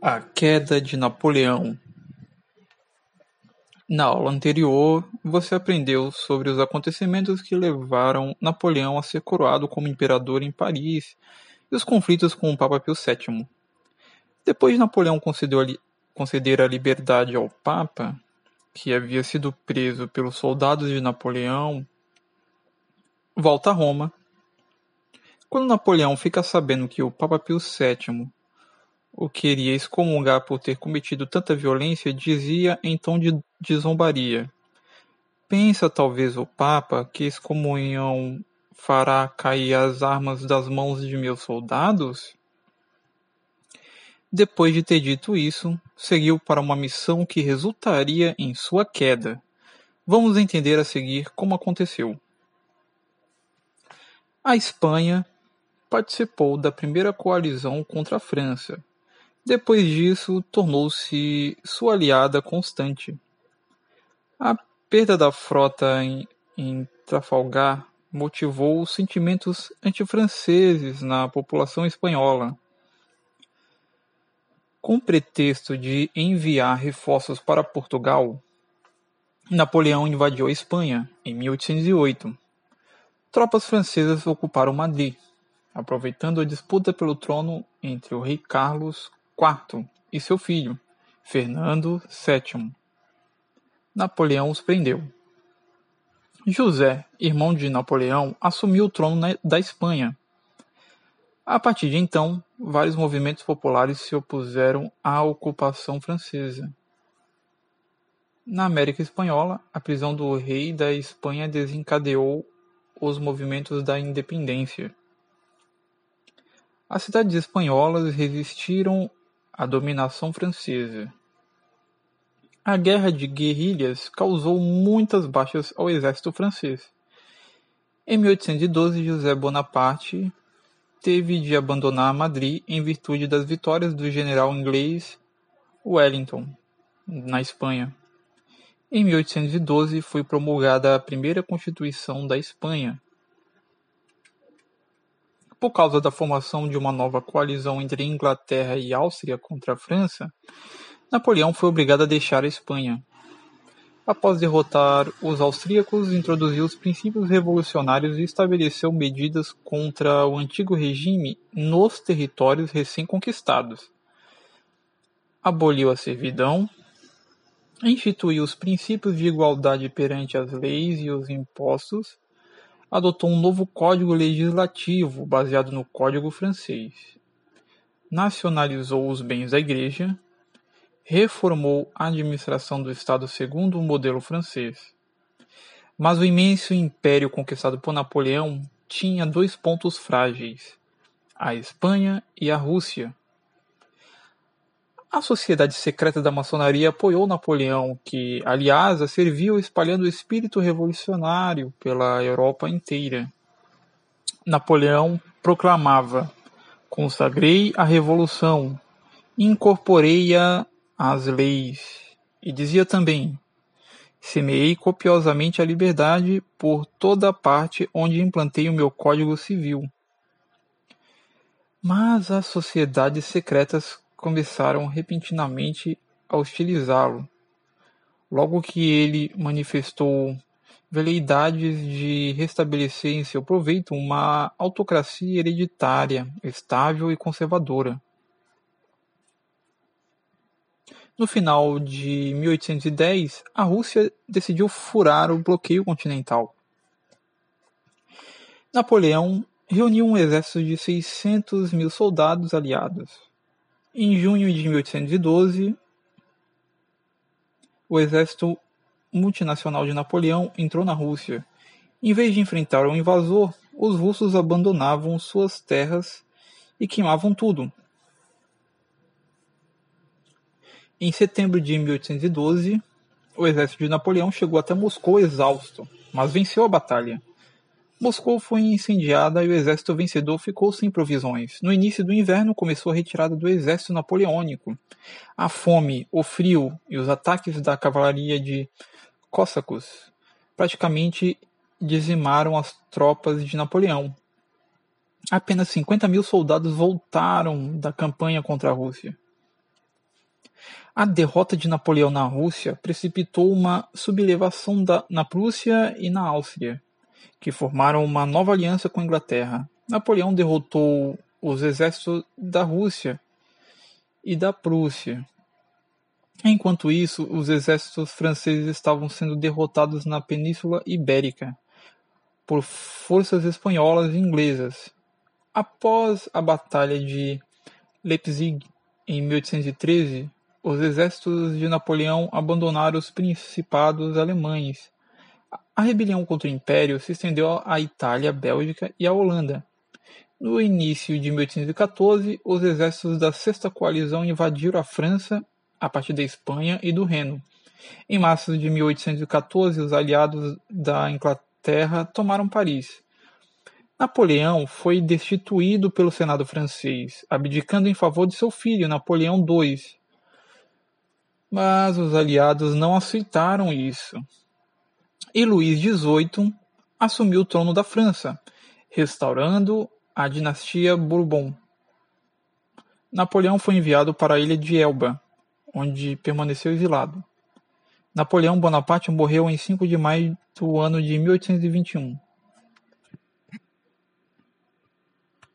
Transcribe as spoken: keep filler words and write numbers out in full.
A queda de Napoleão. Na aula anterior, você aprendeu sobre os acontecimentos que levaram Napoleão a ser coroado como imperador em Paris e os conflitos com o Papa Pio sétimo. Depois de Napoleão conceder a liberdade ao Papa, que havia sido preso pelos soldados de Napoleão, volta a Roma. Quando Napoleão fica sabendo que o Papa Pio sétimo o queria excomungar por ter cometido tanta violência, dizia em tom de, de zombaria: pensa talvez o Papa que excomunhão fará cair as armas das mãos de meus soldados? Depois de ter dito isso, seguiu para uma missão que resultaria em sua queda. Vamos entender a seguir como aconteceu. A Espanha participou da primeira coalizão contra a França. Depois disso, tornou-se sua aliada constante. A perda da frota em, em Trafalgar motivou sentimentos antifranceses na população espanhola. Com o pretexto de enviar reforços para Portugal, Napoleão invadiu a Espanha em mil oitocentos e oito. Tropas francesas ocuparam Madrid, aproveitando a disputa pelo trono entre o rei Carlos quarto e seu filho, Fernando sétimo. Napoleão os prendeu. José, irmão de Napoleão, assumiu o trono da Espanha. A partir de então, vários movimentos populares se opuseram à ocupação francesa. Na América Espanhola, a prisão do rei da Espanha desencadeou os movimentos da independência. As cidades espanholas resistiram à dominação francesa. A guerra de guerrilhas causou muitas baixas ao exército francês. Em mil oitocentos e doze, José Bonaparte teve de abandonar Madrid em virtude das vitórias do general inglês Wellington, na Espanha. Em mil oitocentos e doze, foi promulgada a primeira Constituição da Espanha. Por causa da formação de uma nova coalizão entre Inglaterra e Áustria contra a França, Napoleão foi obrigado a deixar a Espanha. Após derrotar os austríacos, introduziu os princípios revolucionários e estabeleceu medidas contra o antigo regime nos territórios recém-conquistados. Aboliu a servidão, instituiu os princípios de igualdade perante as leis e os impostos, adotou um novo código legislativo baseado no Código Francês, nacionalizou os bens da Igreja, reformou a administração do Estado segundo o modelo francês. Mas o imenso império conquistado por Napoleão tinha dois pontos frágeis: a Espanha e a Rússia. A sociedade secreta da maçonaria apoiou Napoleão, que, aliás, a serviu espalhando o espírito revolucionário pela Europa inteira. Napoleão proclamava: consagrei a revolução, incorporei-a às leis. E dizia também: semeei copiosamente a liberdade por toda a parte onde implantei o meu Código Civil. Mas as sociedades secretas começaram repentinamente a hostilizá-lo. Logo que ele manifestou veleidades de restabelecer em seu proveito uma autocracia hereditária, estável e conservadora. No final de mil oitocentos e dez, a Rússia decidiu furar o bloqueio continental. Napoleão reuniu um exército de seiscentos mil soldados aliados. Em junho de mil oitocentos e doze, o exército multinacional de Napoleão entrou na Rússia. Em vez de enfrentar o invasor, os russos abandonavam suas terras e queimavam tudo. Em setembro de mil oitocentos e doze, o exército de Napoleão chegou até Moscou exausto, mas venceu a batalha. Moscou foi incendiada e o exército vencedor ficou sem provisões. No início do inverno começou a retirada do exército napoleônico. A fome, o frio e os ataques da cavalaria de cóssacos praticamente dizimaram as tropas de Napoleão. Apenas cinquenta mil soldados voltaram da campanha contra a Rússia. A derrota de Napoleão na Rússia precipitou uma sublevação da, na Prússia e na Áustria, que formaram uma nova aliança com a Inglaterra. Napoleão derrotou os exércitos da Rússia e da Prússia. Enquanto isso, os exércitos franceses estavam sendo derrotados na Península Ibérica por forças espanholas e inglesas. Após a Batalha de Leipzig, em mil oitocentos e treze, os exércitos de Napoleão abandonaram os principados alemães. A rebelião contra o Império se estendeu à Itália, à Bélgica e à Holanda. No início de mil oitocentos e quatorze, os exércitos da Sexta Coalizão invadiram a França a partir da Espanha e do Reno. Em março de mil oitocentos e quatorze, os aliados da Inglaterra tomaram Paris. Napoleão foi destituído pelo Senado francês, abdicando em favor de seu filho, Napoleão segundo. Mas os aliados não aceitaram isso. E Luís dezoito assumiu o trono da França, restaurando a dinastia Bourbon. Napoleão foi enviado para a ilha de Elba, onde permaneceu exilado. Napoleão Bonaparte morreu em cinco de maio do ano de mil oitocentos e vinte e um.